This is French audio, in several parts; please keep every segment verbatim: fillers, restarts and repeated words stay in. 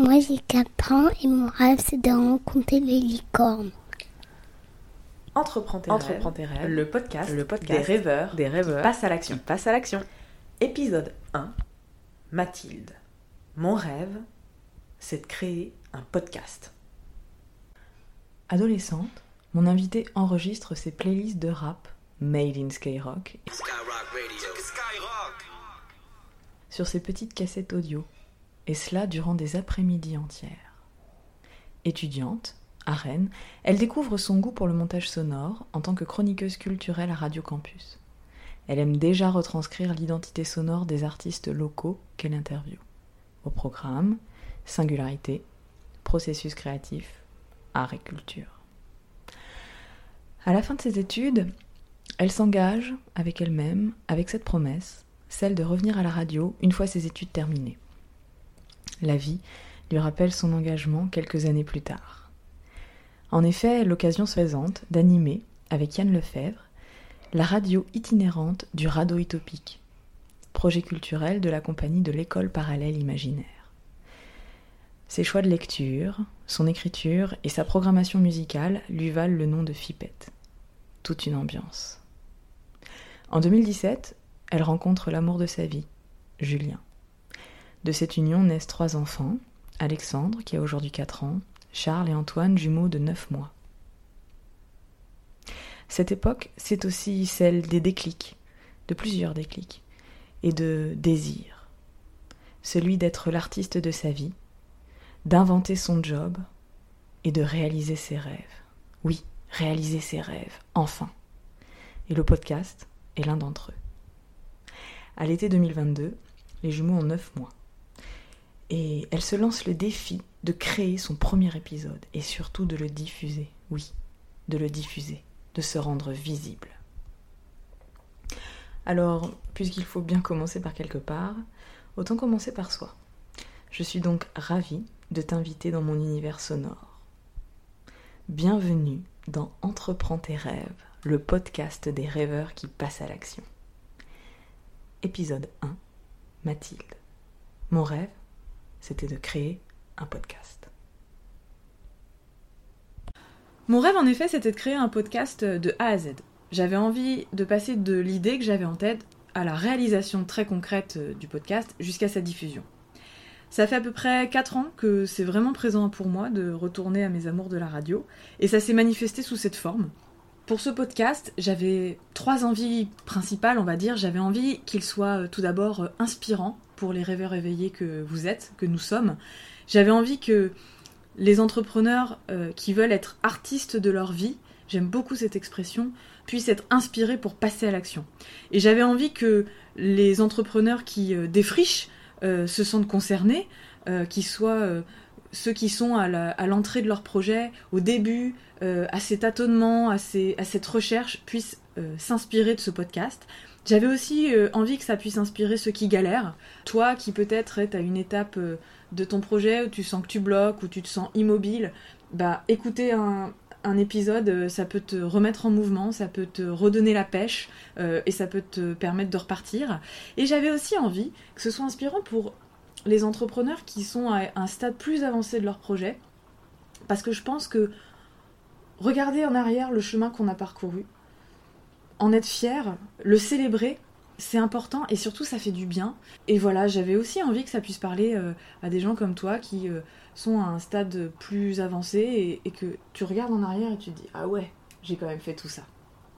Moi j'ai quatre ans et mon rêve c'est de rencontrer les licornes. Entreprends tes, Entreprends tes rêves, rêves, le podcast, le podcast des rêveurs, des rêveurs qui passent à l'action. qui passent à l'action. Épisode un, Mathilde. Mon rêve, c'est de créer un podcast. Adolescente, mon invité enregistre ses playlists de rap Made in Skyrock sur ses petites cassettes audio, et cela durant des après-midi entières. Étudiante, à Rennes, elle découvre son goût pour le montage sonore en tant que chroniqueuse culturelle à Radio Campus. Elle aime déjà retranscrire l'identité sonore des artistes locaux qu'elle interviewe. Au programme, singularité, processus créatif, art et culture. À la fin de ses études, elle s'engage avec elle-même, avec cette promesse, celle de revenir à la radio une fois ses études terminées. La vie lui rappelle son engagement quelques années plus tard. En effet, l'occasion se présente d'animer, avec Yann Lefebvre, la radio itinérante du Radeau Utopique, projet culturel de la compagnie de l'École parallèle imaginaire. Ses choix de lecture, son écriture et sa programmation musicale lui valent le nom de Fipette. Toute une ambiance. En deux mille dix-sept, elle rencontre l'amour de sa vie, Julien. De cette union naissent trois enfants, Alexandre, qui a aujourd'hui quatre ans, Charles et Antoine, jumeaux de neuf mois. Cette époque, c'est aussi celle des déclics, de plusieurs déclics, et de désirs. Celui d'être l'artiste de sa vie, d'inventer son job et de réaliser ses rêves. Oui, réaliser ses rêves, enfin. Et le podcast est l'un d'entre eux. À l'été deux mille vingt-deux, les jumeaux ont neuf mois. Et elle se lance le défi de créer son premier épisode et surtout de le diffuser. Oui, de le diffuser, de se rendre visible. Alors, puisqu'il faut bien commencer par quelque part, autant commencer par soi. Je suis donc ravie de t'inviter dans mon univers sonore. Bienvenue dans Entreprends tes rêves, le podcast des rêveurs qui passent à l'action. Épisode un, Mathilde. Mon rêve, c'était de créer un podcast. Mon rêve, en effet, c'était de créer un podcast de A à Z. J'avais envie de passer de l'idée que j'avais en tête à la réalisation très concrète du podcast jusqu'à sa diffusion. Ça fait à peu près quatre ans que c'est vraiment présent pour moi de retourner à mes amours de la radio, et ça s'est manifesté sous cette forme. Pour ce podcast, j'avais trois envies principales, on va dire. J'avais envie qu'il soit tout d'abord inspirant pour les rêveurs éveillés que vous êtes, que nous sommes. J'avais envie que les entrepreneurs euh, qui veulent être artistes de leur vie, j'aime beaucoup cette expression, puissent être inspirés pour passer à l'action. Et j'avais envie que les entrepreneurs qui euh, défrichent euh, se sentent concernés, euh, qui soient euh, ceux qui sont à, la, à l'entrée de leur projet, au début, euh, à ces tâtonnements, à, ces, à cette recherche, puissent euh, s'inspirer de ce podcast. J'avais aussi euh, envie que ça puisse inspirer ceux qui galèrent. Toi qui peut-être es à une étape euh, de ton projet où tu sens que tu bloques, où tu te sens immobile, bah écouter un, un épisode, euh, ça peut te remettre en mouvement, ça peut te redonner la pêche euh, et ça peut te permettre de repartir. Et j'avais aussi envie que ce soit inspirant pour les entrepreneurs qui sont à un stade plus avancé de leur projet, parce que je pense que regarder en arrière le chemin qu'on a parcouru, en être fier, le célébrer, c'est important et surtout ça fait du bien. Et voilà, j'avais aussi envie que ça puisse parler euh, à des gens comme toi qui euh, sont à un stade plus avancé et, et que tu regardes en arrière et tu te dis « Ah ouais, j'ai quand même fait tout ça ».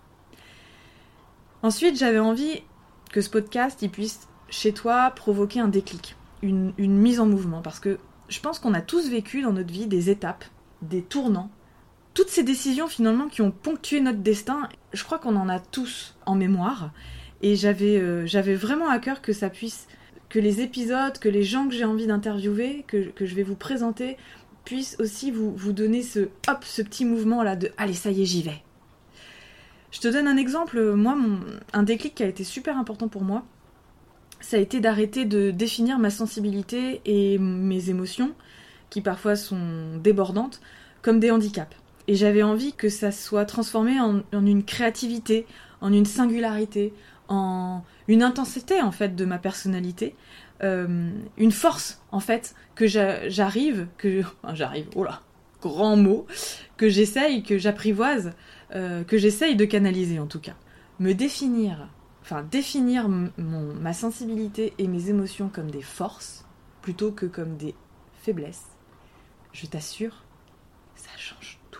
Ensuite, j'avais envie que ce podcast il puisse, chez toi, provoquer un déclic, une, une mise en mouvement. Parce que je pense qu'on a tous vécu dans notre vie des étapes, des tournants, toutes ces décisions finalement qui ont ponctué notre destin, je crois qu'on en a tous en mémoire. Et j'avais, euh, j'avais vraiment à cœur que ça puisse, que les épisodes, que les gens que j'ai envie d'interviewer, que, que je vais vous présenter, puissent aussi vous, vous donner ce, hop, ce petit mouvement là de « Allez, ça y est, j'y vais ». Je te donne un exemple, moi, mon, un déclic qui a été super important pour moi, ça a été d'arrêter de définir ma sensibilité et mes émotions, qui parfois sont débordantes, comme des handicaps. Et j'avais envie que ça soit transformé en, en une créativité, en une singularité, en une intensité en fait de ma personnalité, euh, une force en fait que j'a- j'arrive, que enfin, j'arrive, oh là, grand mot, que j'essaye, que j'apprivoise, euh, que j'essaye de canaliser en tout cas. Me définir, enfin définir m- mon, ma sensibilité et mes émotions comme des forces plutôt que comme des faiblesses, je t'assure, ça change tout.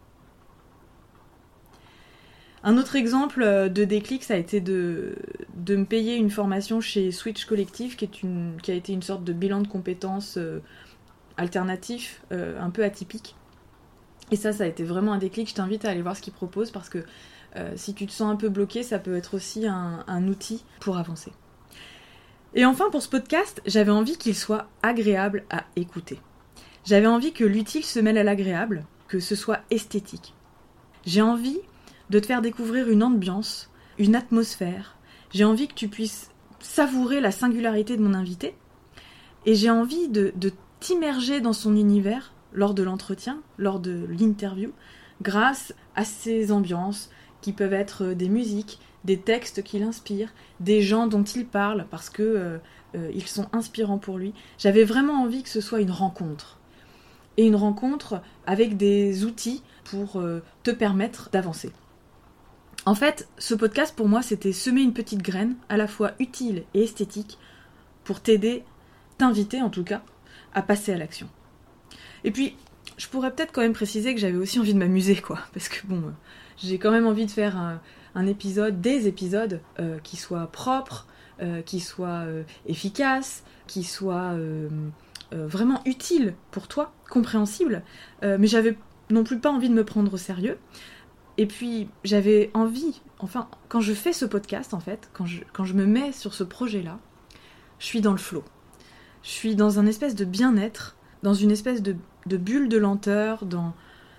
Un autre exemple de déclic, ça a été de, de me payer une formation chez Switch Collective, qui, est une, qui a été une sorte de bilan de compétences euh, alternatif, euh, un peu atypique. Et ça, ça a été vraiment un déclic. Je t'invite à aller voir ce qu'ils proposent, parce que euh, si tu te sens un peu bloqué, ça peut être aussi un, un outil pour avancer. Et enfin, pour ce podcast, j'avais envie qu'il soit agréable à écouter. J'avais envie que l'utile se mêle à l'agréable, que ce soit esthétique. J'ai envie de te faire découvrir une ambiance, une atmosphère. J'ai envie que tu puisses savourer la singularité de mon invité. Et j'ai envie de, de t'immerger dans son univers lors de l'entretien, lors de l'interview, grâce à ces ambiances qui peuvent être des musiques, des textes qui l'inspirent, des gens dont il parle parce que euh, euh, ils sont inspirants pour lui. J'avais vraiment envie que ce soit une rencontre. Et une rencontre avec des outils pour euh, te permettre d'avancer. En fait, ce podcast, pour moi, c'était semer une petite graine, à la fois utile et esthétique, pour t'aider, t'inviter en tout cas, à passer à l'action. Et puis, je pourrais peut-être quand même préciser que j'avais aussi envie de m'amuser, quoi, parce que bon, euh, j'ai quand même envie de faire un, un épisode, des épisodes euh, qui soient propres, euh, qui soient euh, efficaces, qui soient euh, euh, vraiment utiles pour toi, compréhensibles, euh, mais j'avais non plus pas envie de me prendre au sérieux. Et puis, j'avais envie, enfin, quand je fais ce podcast, en fait, quand je, quand je me mets sur ce projet-là, je suis dans le flow. Je suis dans un espèce de bien-être, dans une espèce de, de bulle de lenteur, dans...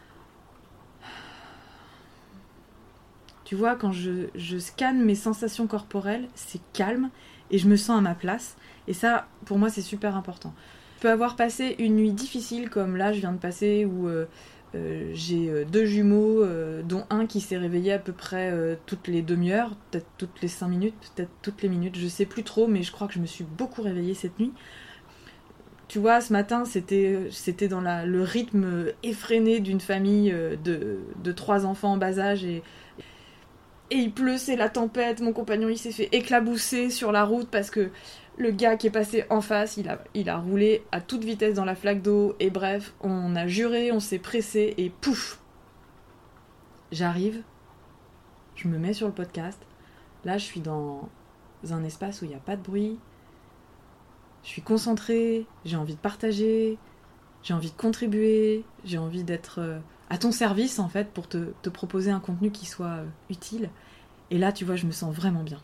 Tu vois, quand je, je scanne mes sensations corporelles, c'est calme, et je me sens à ma place. Et ça, pour moi, c'est super important. Je peux avoir passé une nuit difficile, comme là, je viens de passer, où... Euh, Euh, j'ai euh, deux jumeaux, euh, dont un qui s'est réveillé à peu près euh, toutes les demi-heures, peut-être toutes les cinq minutes, peut-être toutes les minutes, je sais plus trop, mais je crois que je me suis beaucoup réveillée cette nuit. Tu vois, ce matin, c'était, c'était dans la, le rythme effréné d'une famille euh, de, de trois enfants en bas âge, et, et il pleut, c'est la tempête, mon compagnon il s'est fait éclabousser sur la route parce que le gars qui est passé en face, il a, il a roulé à toute vitesse dans la flaque d'eau, et bref, on a juré, on s'est pressé, et pouf! J'arrive, je me mets sur le podcast, là je suis dans un espace où il n'y a pas de bruit, je suis concentrée, j'ai envie de partager, j'ai envie de contribuer, j'ai envie d'être à ton service en fait, pour te, te proposer un contenu qui soit utile, et là tu vois, je me sens vraiment bien.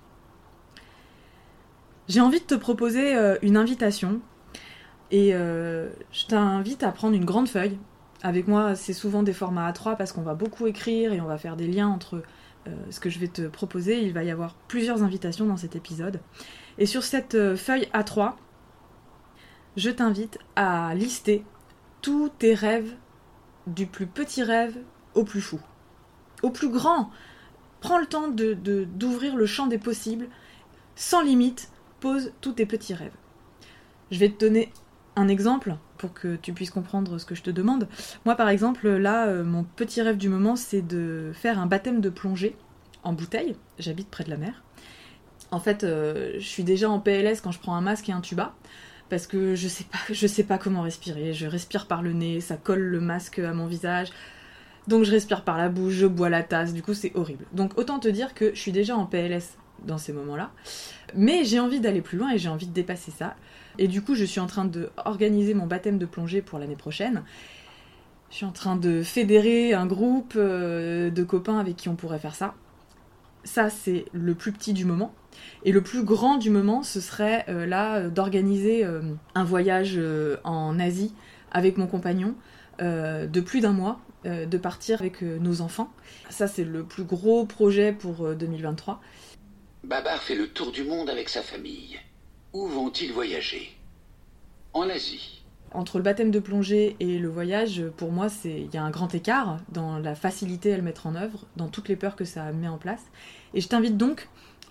J'ai envie de te proposer euh, une invitation, et euh, je t'invite à prendre une grande feuille. Avec moi, c'est souvent des formats A trois parce qu'on va beaucoup écrire et on va faire des liens entre euh, ce que je vais te proposer. Il va y avoir plusieurs invitations dans cet épisode. Et sur cette euh, feuille A trois, je t'invite à lister tous tes rêves, du plus petit rêve au plus fou, au plus grand. Prends le temps de, de, d'ouvrir le champ des possibles, sans limite. Pose tous tes petits rêves. Je vais te donner un exemple pour que tu puisses comprendre ce que je te demande. Moi, par exemple, là, euh, mon petit rêve du moment, c'est de faire un baptême de plongée en bouteille. J'habite près de la mer. En fait, euh, je suis déjà en P L S quand je prends un masque et un tuba, parce que je sais pas, je sais pas comment respirer. Je respire par le nez, ça colle le masque à mon visage. Donc je respire par la bouche, je bois la tasse, du coup c'est horrible. Donc autant te dire que je suis déjà en P L S dans ces moments-là. Mais j'ai envie d'aller plus loin et j'ai envie de dépasser ça. Et du coup, je suis en train d'organiser mon baptême de plongée pour l'année prochaine. Je suis en train de fédérer un groupe euh, de copains avec qui on pourrait faire ça. Ça, c'est le plus petit du moment. Et le plus grand du moment, ce serait euh, là d'organiser euh, un voyage euh, en Asie avec mon compagnon euh, de plus d'un mois, euh, de partir avec euh, nos enfants. Ça, c'est le plus gros projet pour euh, deux mille vingt-trois. Babar fait le tour du monde avec sa famille. Où vont-ils voyager? En Asie. Entre le baptême de plongée et le voyage, pour moi, c'est il y a un grand écart dans la facilité à le mettre en œuvre, dans toutes les peurs que ça met en place. Et je t'invite donc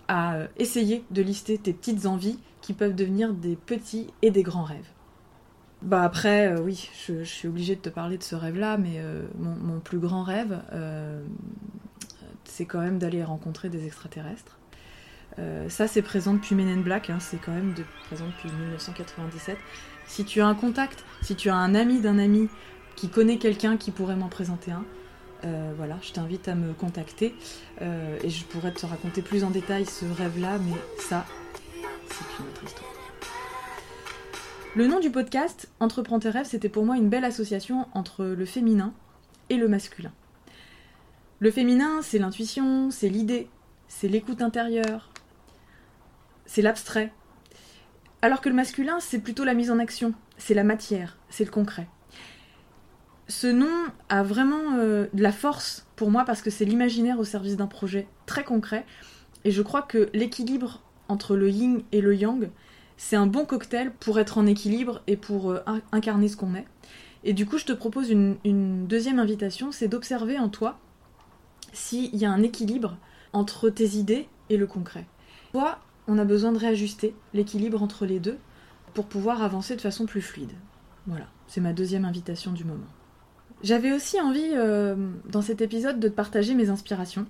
à euh, essayer de lister tes petites envies qui peuvent devenir des petits et des grands rêves. Bah après, euh, oui, je, je suis obligée de te parler de ce rêve-là, mais euh, mon, mon plus grand rêve, euh, c'est quand même d'aller rencontrer des extraterrestres. Euh, ça, c'est présent depuis Men in Black, hein, c'est quand même de, présent depuis dix-neuf cent quatre-vingt-dix-sept. Si tu as un contact, si tu as un ami d'un ami qui connaît quelqu'un qui pourrait m'en présenter un, euh, voilà, je t'invite à me contacter euh, et je pourrais te raconter plus en détail ce rêve-là, mais ça, c'est une autre histoire. Le nom du podcast, Entreprends tes rêves, c'était pour moi une belle association entre le féminin et le masculin. Le féminin, c'est l'intuition, c'est l'idée, c'est l'écoute intérieure, c'est l'abstrait. Alors que le masculin, c'est plutôt la mise en action, c'est la matière, c'est le concret. Ce nom a vraiment euh, de la force pour moi parce que c'est l'imaginaire au service d'un projet très concret. Et je crois que l'équilibre entre le yin et le yang, c'est un bon cocktail pour être en équilibre et pour euh, incarner ce qu'on est. Et du coup, je te propose une, une deuxième invitation, c'est d'observer en toi s'il y a un équilibre entre tes idées et le concret. Toi, on a besoin de réajuster l'équilibre entre les deux pour pouvoir avancer de façon plus fluide. Voilà, c'est ma deuxième invitation du moment. J'avais aussi envie, euh, dans cet épisode, de te partager mes inspirations.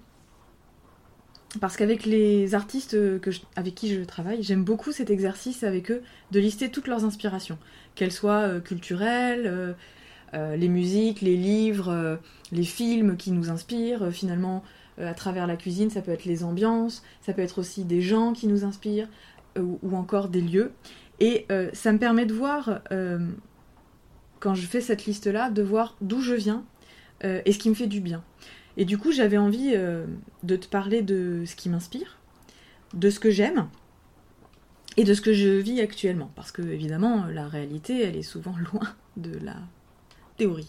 Parce qu'avec les artistes que je, avec qui je travaille, j'aime beaucoup cet exercice avec eux de lister toutes leurs inspirations, qu'elles soient euh, culturelles, euh, euh, les musiques, les livres, euh, les films qui nous inspirent, euh, finalement euh, à travers la cuisine, ça peut être les ambiances, ça peut être aussi des gens qui nous inspirent, euh, ou, ou encore des lieux. Et euh, ça me permet de voir, euh, quand je fais cette liste-là, de voir d'où je viens euh, et ce qui me fait du bien. Et du coup, j'avais envie euh, de te parler de ce qui m'inspire, de ce que j'aime et de ce que je vis actuellement. Parce que, évidemment, la réalité, elle est souvent loin de la théorie.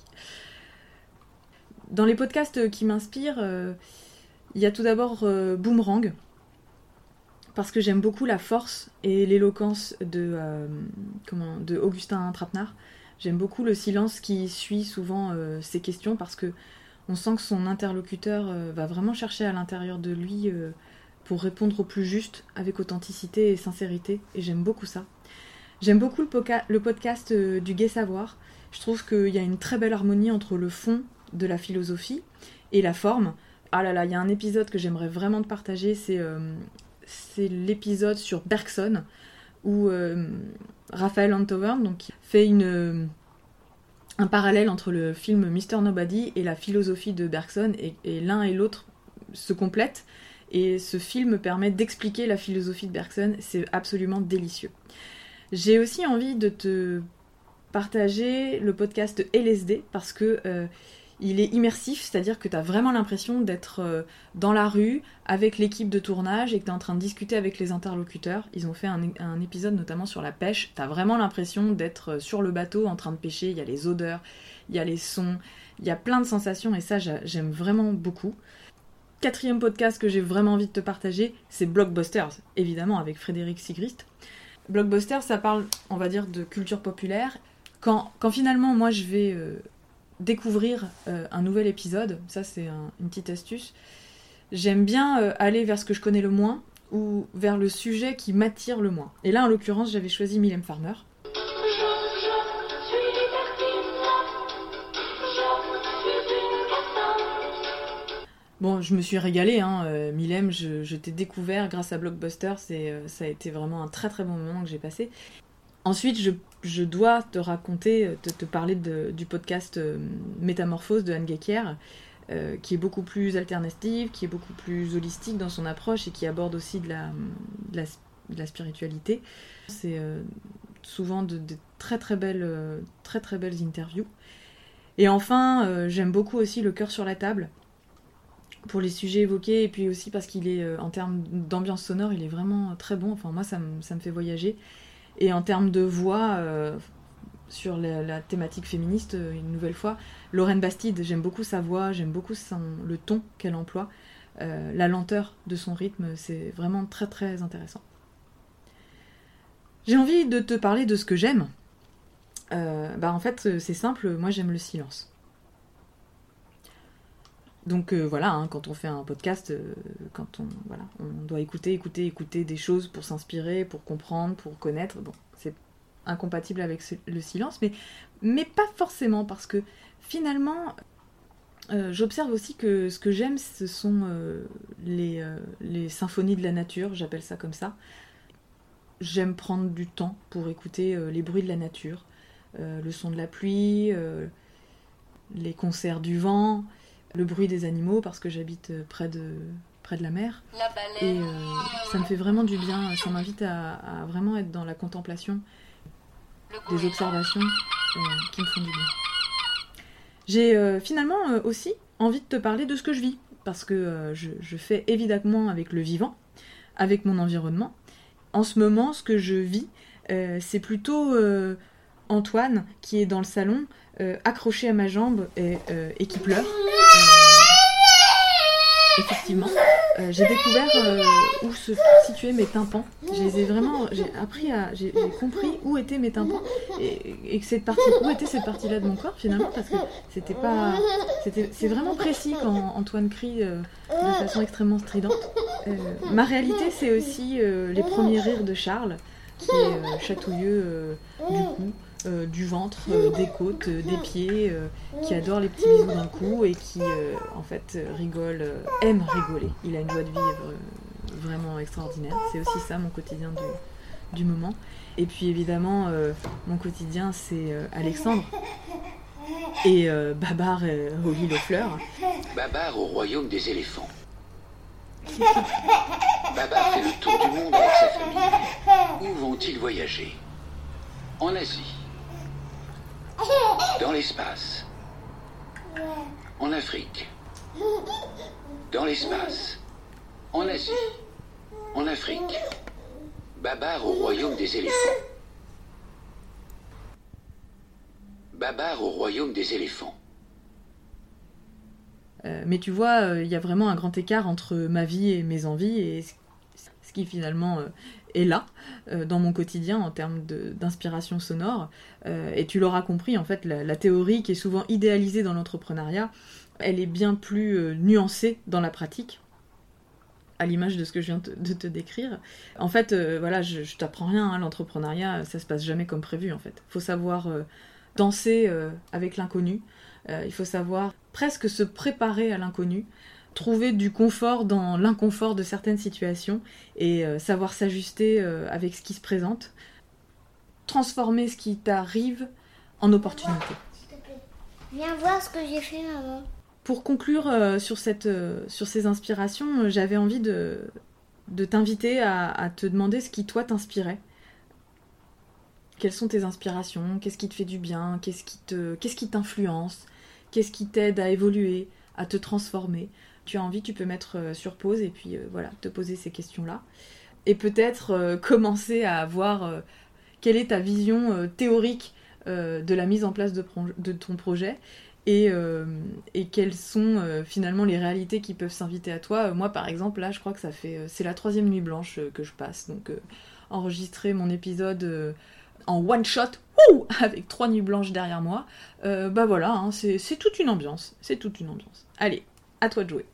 Dans les podcasts qui m'inspirent, euh, il y a tout d'abord euh, Boomerang, parce que j'aime beaucoup la force et l'éloquence de, euh, comment, de Augustin Trapenard. J'aime beaucoup le silence qui suit souvent euh, ces questions, parce que on sent que son interlocuteur euh, va vraiment chercher à l'intérieur de lui euh, pour répondre au plus juste, avec authenticité et sincérité, et j'aime beaucoup ça. J'aime beaucoup le, poca- le podcast euh, du Gai Savoir. Je trouve qu'il y a une très belle harmonie entre le fond de la philosophie et la forme. Ah là là, il y a un épisode que j'aimerais vraiment te partager, c'est, euh, c'est l'épisode sur Bergson, où euh, Raphaël Antoven donc, fait une... Euh, un parallèle entre le film mister Nobody et la philosophie de Bergson, et, et l'un et l'autre se complètent, et ce film permet d'expliquer la philosophie de Bergson, c'est absolument délicieux. J'ai aussi envie de te partager le podcast L S D, parce que euh, il est immersif, c'est-à-dire que tu as vraiment l'impression d'être euh, dans la rue avec l'équipe de tournage et que tu es en train de discuter avec les interlocuteurs. Ils ont fait un, un épisode notamment sur la pêche. Tu as vraiment l'impression d'être sur le bateau en train de pêcher. Il y a les odeurs, il y a les sons, il y a plein de sensations, et ça, j'aime vraiment beaucoup. Quatrième podcast que j'ai vraiment envie de te partager, c'est Blockbusters, évidemment, avec Frédéric Sigrist. Blockbusters, ça parle, on va dire, de culture populaire. Quand, quand finalement, moi, je vais... Euh, découvrir euh, un nouvel épisode, ça c'est un, une petite astuce, j'aime bien euh, aller vers ce que je connais le moins ou vers le sujet qui m'attire le moins. Et là en l'occurrence j'avais choisi Mylène Farmer. Bon, je me suis régalée, hein, euh, Mylène, je, je t'ai découvert grâce à Blockbuster, c'est, euh, ça a été vraiment un très très bon moment que j'ai passé. Ensuite, je, je dois te raconter, te, te parler de, du podcast euh, Métamorphose de Anne Guéquier, euh, qui est beaucoup plus alternative, qui est beaucoup plus holistique dans son approche et qui aborde aussi de la, de la, de la spiritualité. C'est euh, souvent de, de très très belles, euh, très très belles interviews. Et enfin, euh, j'aime beaucoup aussi Le cœur sur la table, pour les sujets évoqués, et puis aussi parce qu'il est, euh, en termes d'ambiance sonore, il est vraiment très bon. Enfin, moi, ça me, ça me fait voyager. Et en termes de voix, euh, sur la, la thématique féministe, euh, une nouvelle fois, Lorraine Bastide, j'aime beaucoup sa voix, j'aime beaucoup son, le ton qu'elle emploie, euh, la lenteur de son rythme, c'est vraiment très très intéressant. J'ai envie de te parler de ce que j'aime. Euh, bah en fait, c'est simple, moi j'aime le silence. Donc euh, voilà, hein, quand on fait un podcast, euh, quand on, voilà, on doit écouter, écouter, écouter des choses pour s'inspirer, pour comprendre, pour connaître. Bon, c'est incompatible avec le silence, mais, mais pas forcément, parce que finalement, euh, j'observe aussi que ce que j'aime, ce sont euh, les, euh, les symphonies de la nature, j'appelle ça comme ça. J'aime prendre du temps pour écouter euh, les bruits de la nature, euh, le son de la pluie, euh, les concerts du vent, le bruit des animaux, parce que j'habite près de, près de la mer. La et euh, ça me fait vraiment du bien, ça m'invite à, à vraiment être dans la contemplation, des observations euh, qui me font du bien. J'ai euh, finalement euh, aussi envie de te parler de ce que je vis, parce que euh, je, je fais évidemment avec le vivant, avec mon environnement. En ce moment, ce que je vis, euh, c'est plutôt euh, Antoine qui est dans le salon, euh, accroché à ma jambe et, euh, et qui pleure. Euh, effectivement, euh, j'ai découvert euh, où se situaient mes tympans. Je les ai vraiment, j'ai appris à, j'ai, j'ai compris où étaient mes tympans et, et que cette partie, où était cette partie-là de mon corps finalement, parce que c'était pas, c'était, c'est vraiment précis quand Antoine crie euh, de façon extrêmement stridente. Euh, ma réalité, c'est aussi euh, les premiers rires de Charles, qui est euh, chatouilleux euh, du cou. Euh, du ventre, euh, des côtes, euh, des pieds, euh, qui adore les petits bisous d'un coup et qui euh, en fait euh, rigole, euh, aime rigoler. Il a une joie de vivre euh, vraiment extraordinaire. C'est aussi ça mon quotidien du, du moment. Et puis évidemment, euh, mon quotidien c'est euh, Alexandre et euh, Babar euh, au lit aux fleurs. Babar au royaume des éléphants. Babar fait le tour du monde avec sa famille. Où vont-ils voyager? En Asie. Dans l'espace. En Afrique. Dans l'espace. En Asie. En Afrique. Babar au royaume des éléphants. Babar au royaume des éléphants. Euh, mais tu vois, il euh, y a vraiment un grand écart entre ma vie et mes envies, et ce, ce qui finalement euh, est là, euh, dans mon quotidien en termes de, d'inspiration sonore. Euh, et tu l'auras compris, en fait, la, la théorie qui est souvent idéalisée dans l'entrepreneuriat, elle est bien plus euh, nuancée dans la pratique, à l'image de ce que je viens te, de te décrire. En fait, euh, voilà, je, je t'apprends rien, hein, l'entrepreneuriat, ça se passe jamais comme prévu, en fait. Il faut savoir euh, danser euh, avec l'inconnu, euh, il faut savoir presque se préparer à l'inconnu, trouver du confort dans l'inconfort de certaines situations et euh, savoir s'ajuster euh, avec ce qui se présente, transformer ce qui t'arrive en opportunité. S'il te plaît. Viens voir ce que j'ai fait, maman. Pour conclure euh, sur, cette, euh, sur ces inspirations, euh, j'avais envie de, de t'inviter à, à te demander ce qui, toi, t'inspirait. Quelles sont tes inspirations? Qu'est-ce qui te fait du bien? Qu'est-ce qui te, qu'est-ce qui t'influence? Qu'est-ce qui t'aide à évoluer, à te transformer? Tu as envie, tu peux mettre sur pause et puis euh, voilà, te poser ces questions-là. Et peut-être euh, commencer à voir euh, quelle est ta vision euh, théorique euh, de la mise en place de, pro- de ton projet et, euh, et quelles sont euh, finalement les réalités qui peuvent s'inviter à toi. Euh, moi, par exemple, là, je crois que ça fait... Euh, c'est la troisième nuit blanche euh, que je passe. Donc, euh, enregistrer mon épisode... Euh, en one shot, ouh, avec trois nuits blanches derrière moi, euh, bah voilà, hein, c'est, c'est toute une ambiance, c'est toute une ambiance. Allez, à toi de jouer.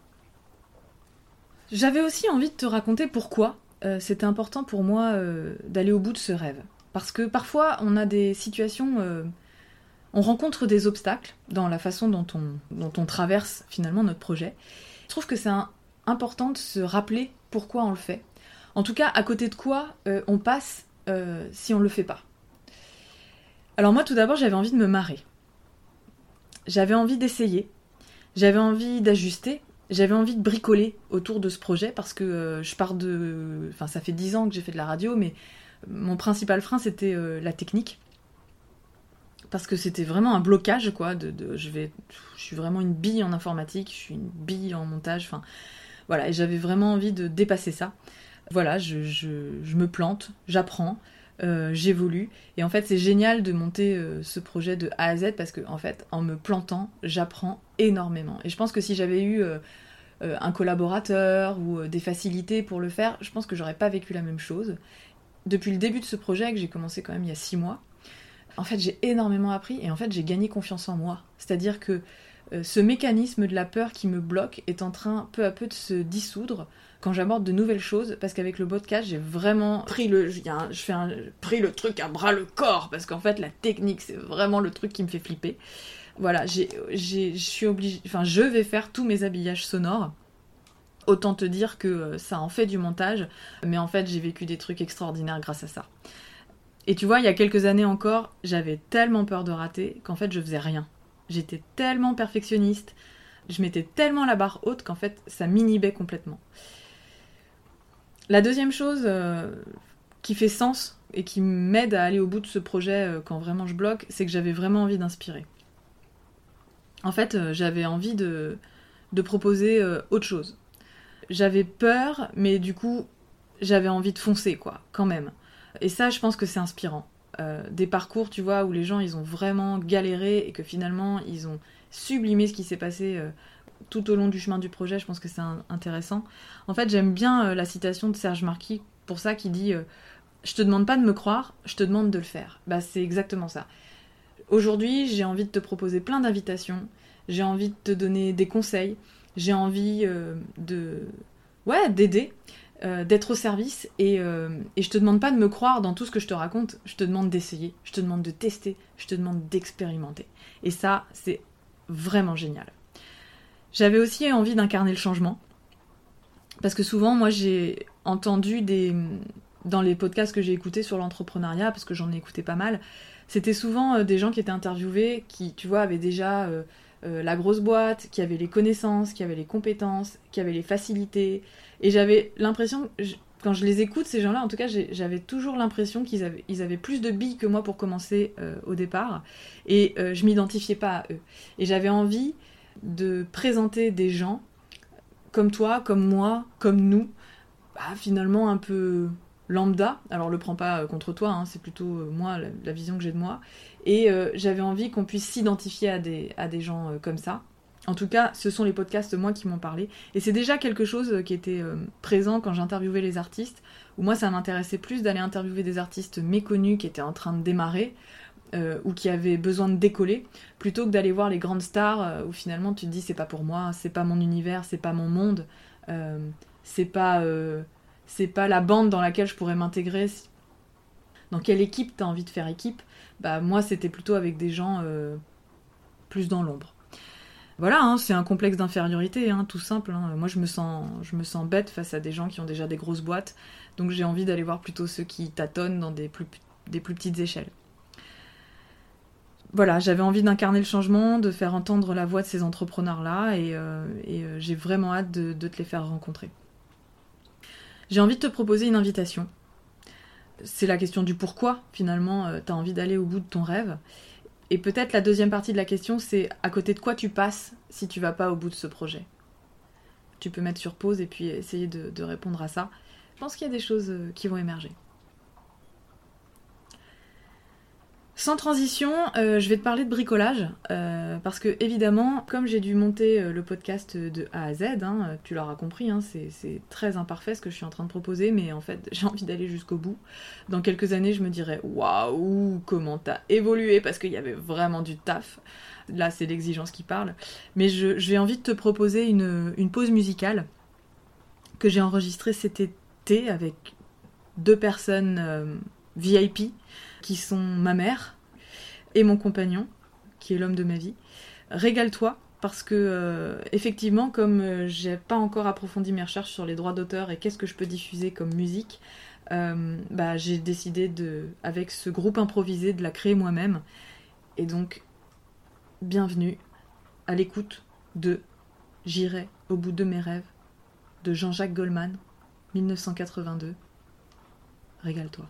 J'avais aussi envie de te raconter pourquoi euh, c'était important pour moi euh, d'aller au bout de ce rêve. Parce que parfois, on a des situations, euh, on rencontre des obstacles dans la façon dont on, dont on traverse finalement notre projet. Je trouve que c'est un, important de se rappeler pourquoi on le fait. En tout cas, à côté de quoi euh, on passe Euh, si on le fait pas. Alors moi, tout d'abord, j'avais envie de me marrer. J'avais envie d'essayer. J'avais envie d'ajuster. J'avais envie de bricoler autour de ce projet parce que euh, je pars de... Enfin, ça fait dix ans que j'ai fait de la radio, mais mon principal frein, c'était euh, la technique. Parce que c'était vraiment un blocage, quoi. De, de, je, vais, je suis vraiment une bille en informatique, je suis une bille en montage. Enfin, voilà, et j'avais vraiment envie de dépasser ça. Voilà, je, je, je me plante, j'apprends, euh, j'évolue. Et en fait, c'est génial de monter euh, ce projet de A à Z parce que, en fait, en me plantant, j'apprends énormément. Et je pense que si j'avais eu euh, euh, un collaborateur ou euh, des facilités pour le faire, je pense que j'aurais pas vécu la même chose. Depuis le début de ce projet, que j'ai commencé quand même il y a six mois, en fait, j'ai énormément appris et en fait, j'ai gagné confiance en moi. C'est-à-dire que euh, ce mécanisme de la peur qui me bloque est en train peu à peu de se dissoudre quand j'aborde de nouvelles choses, parce qu'avec le podcast, j'ai vraiment pris le, je, un, je fais un, pris le truc à bras le corps, parce qu'en fait, la technique, c'est vraiment le truc qui me fait flipper. Voilà, j'ai, j'ai, je suis obligée, enfin, je vais faire tous mes habillages sonores. Autant te dire que ça en fait du montage, mais en fait, j'ai vécu des trucs extraordinaires grâce à ça. Et tu vois, il y a quelques années encore, j'avais tellement peur de rater qu'en fait, je faisais rien. J'étais tellement perfectionniste, je mettais tellement la barre haute qu'en fait, ça m'inhibait complètement. La deuxième chose euh, qui fait sens et qui m'aide à aller au bout de ce projet euh, quand vraiment je bloque, c'est que j'avais vraiment envie d'inspirer. En fait, euh, j'avais envie de, de proposer euh, autre chose. J'avais peur, mais du coup, j'avais envie de foncer, quoi, quand même. Et ça, je pense que c'est inspirant. Euh, des parcours, tu vois, où les gens, ils ont vraiment galéré et que finalement, ils ont sublimé ce qui s'est passé euh, tout au long du chemin du projet. Je pense que c'est un, intéressant. En fait, j'aime bien euh, la citation de Serge Marquis, pour ça, qui dit euh, « Je te demande pas de me croire, je te demande de le faire ». Bah, c'est exactement ça. Aujourd'hui, j'ai envie de te proposer plein d'invitations, j'ai envie de te donner des conseils, j'ai envie euh, de... ouais, d'aider, euh, d'être au service, et, euh, et je te demande pas de me croire dans tout ce que je te raconte, je te demande d'essayer, je te demande de tester, je te demande d'expérimenter. Et ça, c'est vraiment génial. J'avais aussi envie d'incarner le changement, parce que souvent, moi, j'ai entendu des... dans les podcasts que j'ai écoutés sur l'entrepreneuriat, parce que j'en ai écouté pas mal, c'était souvent euh, des gens qui étaient interviewés, qui, tu vois, avaient déjà euh, euh, la grosse boîte, qui avaient les connaissances, qui avaient les compétences, qui avaient les facilités. Et j'avais l'impression, je, quand je les écoute, ces gens-là, en tout cas, j'ai, j'avais toujours l'impression qu'ils avaient, ils avaient plus de billes que moi pour commencer euh, au départ. Et euh, je m'identifiais pas à eux. Et j'avais envie de présenter des gens comme toi, comme moi, comme nous, bah, finalement un peu... lambda, alors le prends pas contre toi, hein, c'est plutôt euh, moi, la, la vision que j'ai de moi, et euh, j'avais envie qu'on puisse s'identifier à des, à des gens euh, comme ça. En tout cas, ce sont les podcasts, moi, qui m'ont parlé, et c'est déjà quelque chose qui était euh, présent quand j'interviewais les artistes, où moi, ça m'intéressait plus d'aller interviewer des artistes méconnus qui étaient en train de démarrer, euh, ou qui avaient besoin de décoller, plutôt que d'aller voir les grandes stars, euh, où finalement tu te dis, c'est pas pour moi, c'est pas mon univers, c'est pas mon monde, euh, c'est pas... Euh, c'est pas la bande dans laquelle je pourrais m'intégrer. Dans quelle équipe t'as envie de faire équipe ? Bah moi c'était plutôt avec des gens euh, plus dans l'ombre. Voilà, hein, c'est un complexe d'infériorité, hein, tout simple. Hein. Moi je me sens, je me sens bête face à des gens qui ont déjà des grosses boîtes, donc j'ai envie d'aller voir plutôt ceux qui tâtonnent dans des plus, des plus petites échelles. Voilà, j'avais envie d'incarner le changement, de faire entendre la voix de ces entrepreneurs-là, et, euh, et euh, j'ai vraiment hâte de, de te les faire rencontrer. J'ai envie de te proposer une invitation. C'est la question du pourquoi, finalement, euh, t'as envie d'aller au bout de ton rêve. Et peut-être la deuxième partie de la question, c'est à côté de quoi tu passes si tu vas pas au bout de ce projet. Tu peux mettre sur pause et puis essayer de, de répondre à ça. Je pense qu'il y a des choses euh, qui vont émerger. Sans transition, euh, je vais te parler de bricolage, euh, parce que évidemment, comme j'ai dû monter euh, le podcast de A à Z, hein, tu l'auras compris, hein, c'est, c'est très imparfait ce que je suis en train de proposer, mais en fait, j'ai envie d'aller jusqu'au bout. Dans quelques années, je me dirais, waouh, comment t'as évolué, parce qu'il y avait vraiment du taf. Là, c'est l'exigence qui parle. Mais je, j'ai envie de te proposer une, une pause musicale que j'ai enregistrée cet été avec deux personnes euh, V I P, qui sont ma mère et mon compagnon, qui est l'homme de ma vie. Régale-toi, parce que, euh, effectivement, comme euh, j'ai pas encore approfondi mes recherches sur les droits d'auteur et qu'est-ce que je peux diffuser comme musique, euh, bah, j'ai décidé, de, avec ce groupe improvisé, de la créer moi-même. Et donc, bienvenue à l'écoute de « J'irai au bout de mes rêves » de Jean-Jacques Goldman, dix-neuf cent quatre-vingt-deux. Régale-toi.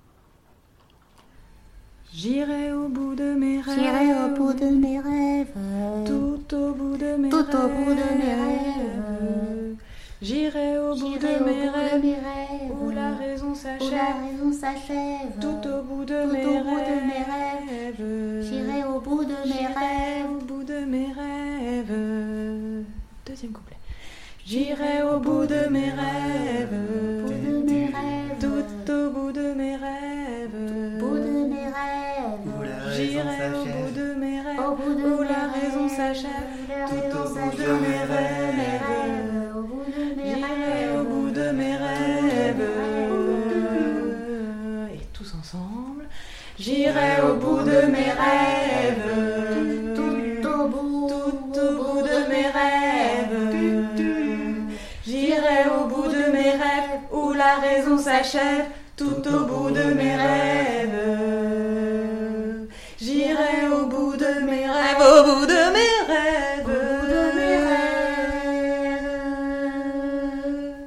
J'irai au bout de mes rêves. J'irai au bout de mes rêves. Tout au bout de mes Tout rêves. au bout de mes rêves. J'irai au bout J'irai de au mes bout rêves. de mes rêves. Où la raison Où s'achève. la raison s'achève. Tout au bout de, Tout mes, au bout rêves. de mes rêves. J'irai au bout de mes J'irai rêves. au bout de mes rêves. Deuxième couplet. J'irai au bout de mes rêves. Au bout de mes rêves. Tout au bout de mes rêves. Au bout de mes rêves. J'irai au bout de mes rêves. Au bout de Où mes la raison rêves. s'achève, tout au bout de mes rêves, j'irai au bout de mes rêves. Et tous ensemble, j'irai au bout de mes rêves, tout au bout, tout au bout de mes rêves. J'irai au bout de mes rêves, où la raison s'achève, tout au bout de mes rêves. J'irai au bout de mes rêves, au bout de mes rêves, au bout de mes rêves.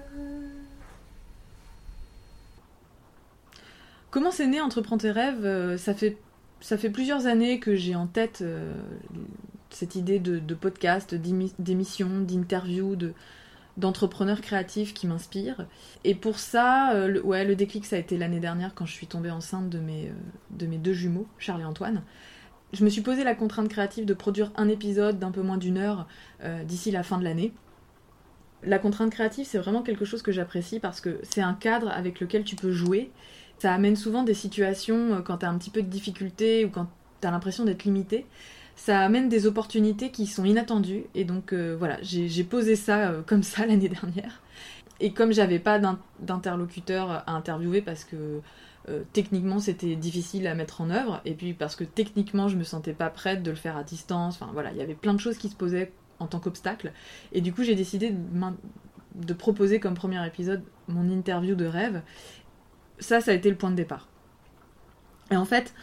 Comment c'est né Entreprends tes rêves ? Ça fait, ça fait plusieurs années que j'ai en tête euh, cette idée de, de podcast, d'émission, d'interview, de... d'entrepreneurs créatifs qui m'inspirent. Et pour ça, euh, le, ouais, le déclic, ça a été l'année dernière quand je suis tombée enceinte de mes, euh, de mes deux jumeaux, Charles et Antoine. Je me suis posé la contrainte créative de produire un épisode d'un peu moins d'une heure euh, d'ici la fin de l'année. La contrainte créative, c'est vraiment quelque chose que j'apprécie parce que c'est un cadre avec lequel tu peux jouer. Ça amène souvent des situations euh, quand tu as un petit peu de difficulté ou quand tu as l'impression d'être limité. Ça amène des opportunités qui sont inattendues. Et donc euh, voilà, j'ai, j'ai posé ça euh, comme ça l'année dernière. Et comme j'avais pas d'in- d'interlocuteur à interviewer parce que euh, techniquement c'était difficile à mettre en œuvre, et puis parce que techniquement je me sentais pas prête de le faire à distance, enfin voilà, il y avait plein de choses qui se posaient en tant qu'obstacle. Et du coup j'ai décidé de, de proposer comme premier épisode mon interview de rêve. Ça, ça a été le point de départ. Et en fait...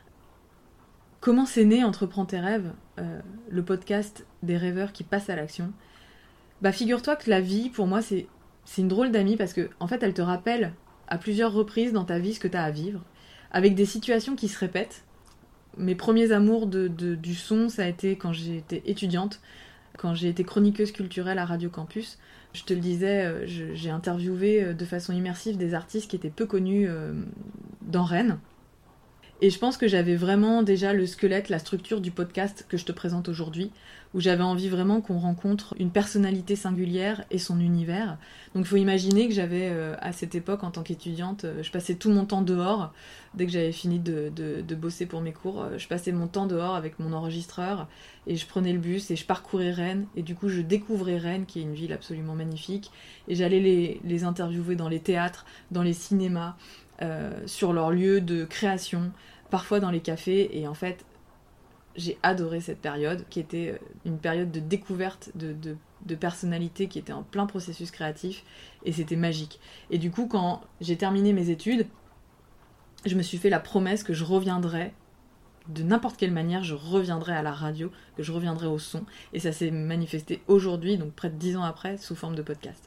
Comment c'est né Entreprends tes rêves, euh, le podcast des rêveurs qui passent à l'action ? Bah figure-toi que la vie, pour moi, c'est, c'est une drôle d'amie parce que en fait, elle te rappelle à plusieurs reprises dans ta vie ce que tu as à vivre, avec des situations qui se répètent. Mes premiers amours de, de, du son, ça a été quand j'étais étudiante, quand j'ai été chroniqueuse culturelle à Radio Campus. Je te le disais, je, j'ai interviewé de façon immersive des artistes qui étaient peu connus euh, dans Rennes. Et je pense que j'avais vraiment déjà le squelette, la structure du podcast que je te présente aujourd'hui, où j'avais envie vraiment qu'on rencontre une personnalité singulière et son univers. Donc il faut imaginer que j'avais, euh, à cette époque, en tant qu'étudiante, euh, je passais tout mon temps dehors. Dès que j'avais fini de, de, de bosser pour mes cours, euh, je passais mon temps dehors avec mon enregistreur, et je prenais le bus et je parcourais Rennes. Et du coup, je découvrais Rennes, qui est une ville absolument magnifique. Et j'allais les, les interviewer dans les théâtres, dans les cinémas, euh, sur leur lieu de création, parfois dans les cafés, et en fait, j'ai adoré cette période, qui était une période de découverte de, de, de personnalités qui étaient en plein processus créatif, et c'était magique. Et du coup, quand j'ai terminé mes études, je me suis fait la promesse que je reviendrais, de n'importe quelle manière, je reviendrai à la radio, que je reviendrai au son, et ça s'est manifesté aujourd'hui, donc près de dix ans après, sous forme de podcast.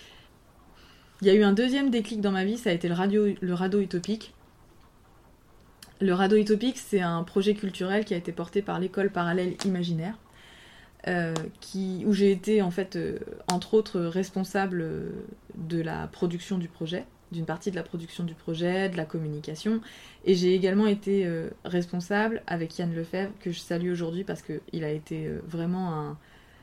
Il y a eu un deuxième déclic dans ma vie, ça a été le, radio, le radeau utopique. Le radeau utopique, c'est un projet culturel qui a été porté par l'école parallèle imaginaire, euh, qui, où j'ai été en fait, euh, entre autres, responsable de la production du projet, d'une partie de la production du projet, de la communication, et j'ai également été euh, responsable avec Yann Lefebvre, que je salue aujourd'hui parce qu'il a été euh, vraiment un,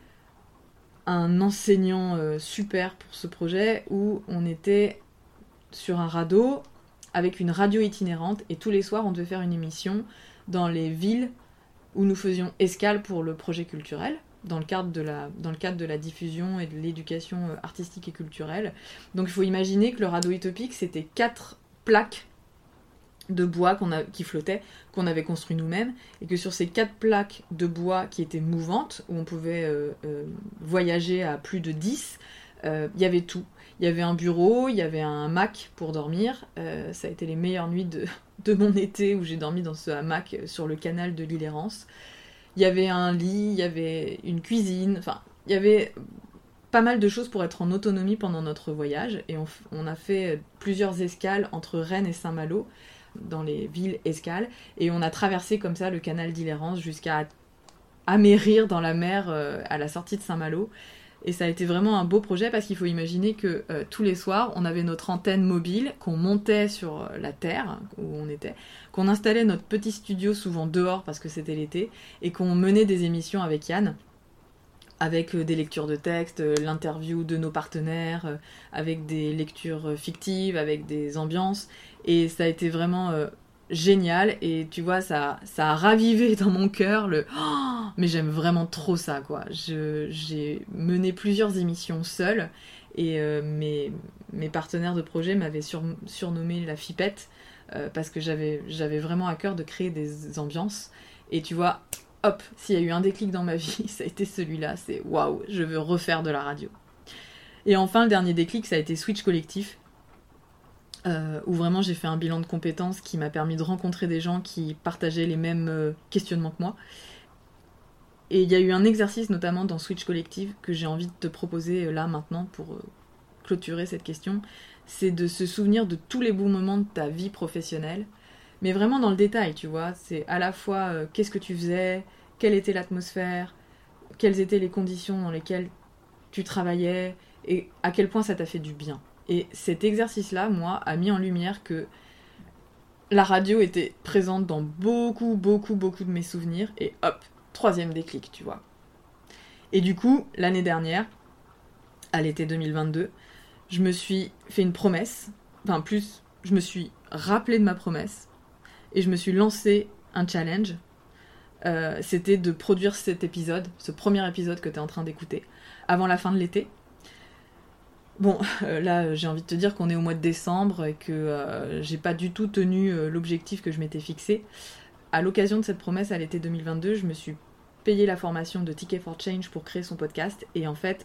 un enseignant euh, super pour ce projet, où on était sur un radeau avec une radio itinérante, et tous les soirs on devait faire une émission dans les villes où nous faisions escale pour le projet culturel, dans le cadre de la, dans le cadre de la diffusion et de l'éducation artistique et culturelle. Donc il faut imaginer que le radeau utopique, c'était quatre plaques de bois qu'on a, qui flottaient, qu'on avait construit nous-mêmes, et que sur ces quatre plaques de bois qui étaient mouvantes, où on pouvait euh, euh, voyager à plus de dix, il euh, y avait tout. Il y avait un bureau, il y avait un hamac pour dormir. Euh, ça a été les meilleures nuits de, de mon été, où j'ai dormi dans ce hamac sur le canal de l'Île-et-Rance. Il y avait un lit, il y avait une cuisine, enfin, il y avait pas mal de choses pour être en autonomie pendant notre voyage. Et on, on a fait plusieurs escales entre Rennes et Saint-Malo, dans les villes escales. Et on a traversé comme ça le canal d'Île-et-Rance jusqu'à amérir dans la mer euh, à la sortie de Saint-Malo. Et ça a été vraiment un beau projet parce qu'il faut imaginer que euh, tous les soirs, on avait notre antenne mobile qu'on montait sur la terre où on était, qu'on installait notre petit studio souvent dehors parce que c'était l'été, et qu'on menait des émissions avec Yann, avec euh, des lectures de textes, euh, l'interview de nos partenaires, euh, avec des lectures fictives, avec des ambiances. Et ça a été vraiment... Euh, génial, et tu vois, ça, ça a ravivé dans mon cœur le oh, mais j'aime vraiment trop ça, quoi. Je, j'ai mené plusieurs émissions seule, et euh, mes, mes partenaires de projet m'avaient sur, surnommé la Fipette, euh, parce que j'avais, j'avais vraiment à cœur de créer des ambiances. Et tu vois, hop, s'il y a eu un déclic dans ma vie, ça a été celui-là, c'est waouh, je veux refaire de la radio. Et enfin, le dernier déclic, ça a été Switch Collectif, euh, où vraiment j'ai fait un bilan de compétences qui m'a permis de rencontrer des gens qui partageaient les mêmes euh, questionnements que moi. Et il y a eu un exercice notamment dans Switch Collective que j'ai envie de te proposer euh, là maintenant pour euh, clôturer cette question, c'est de se souvenir de tous les beaux moments de ta vie professionnelle, mais vraiment dans le détail, tu vois. C'est à la fois euh, qu'est-ce que tu faisais, quelle était l'atmosphère, quelles étaient les conditions dans lesquelles tu travaillais, et à quel point ça t'a fait du bien. Et cet exercice-là, moi, a mis en lumière que la radio était présente dans beaucoup, beaucoup, beaucoup de mes souvenirs, et hop, troisième déclic, tu vois. Et du coup, l'année dernière, à l'été deux mille vingt-deux, je me suis fait une promesse, enfin plus, je me suis rappelé de ma promesse, et je me suis lancé un challenge. Euh, c'était de produire cet épisode, ce premier épisode que tu es en train d'écouter, avant la fin de l'été. Bon, euh, là, j'ai envie de te dire qu'on est au mois de décembre et que euh, j'ai pas du tout tenu euh, l'objectif que je m'étais fixé. À l'occasion de cette promesse à l'été deux mille vingt-deux, je me suis payé la formation de Ticket for Change pour créer son podcast. Et en fait,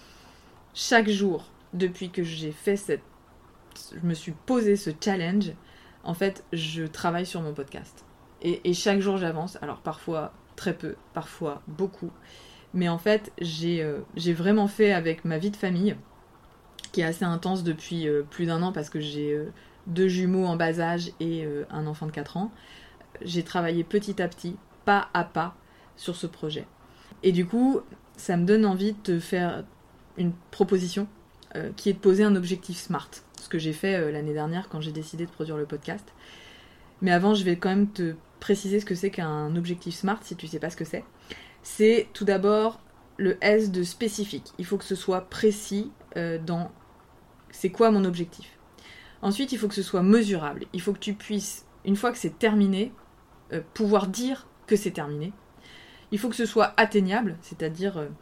chaque jour, depuis que j'ai fait cette... je me suis posé ce challenge, en fait, je travaille sur mon podcast. Et, et chaque jour, j'avance. Alors parfois, très peu, parfois, beaucoup. Mais en fait, j'ai, euh, j'ai vraiment fait avec ma vie de famille, qui est assez intense depuis euh, plus d'un an parce que j'ai euh, deux jumeaux en bas âge et euh, un enfant de quatre ans. J'ai travaillé petit à petit, pas à pas, sur ce projet. Et du coup, ça me donne envie de te faire une proposition euh, qui est de poser un objectif SMART, ce que j'ai fait euh, l'année dernière quand j'ai décidé de produire le podcast. Mais avant, je vais quand même te préciser ce que c'est qu'un objectif SMART, si tu sais pas ce que c'est. C'est tout d'abord le S de spécifique. Il faut que ce soit précis euh, dans c'est quoi mon objectif. Ensuite, il faut que ce soit mesurable. Il faut que tu puisses, une fois que c'est terminé, euh, pouvoir dire que c'est terminé. Il faut que ce soit atteignable, c'est-à-dire euh,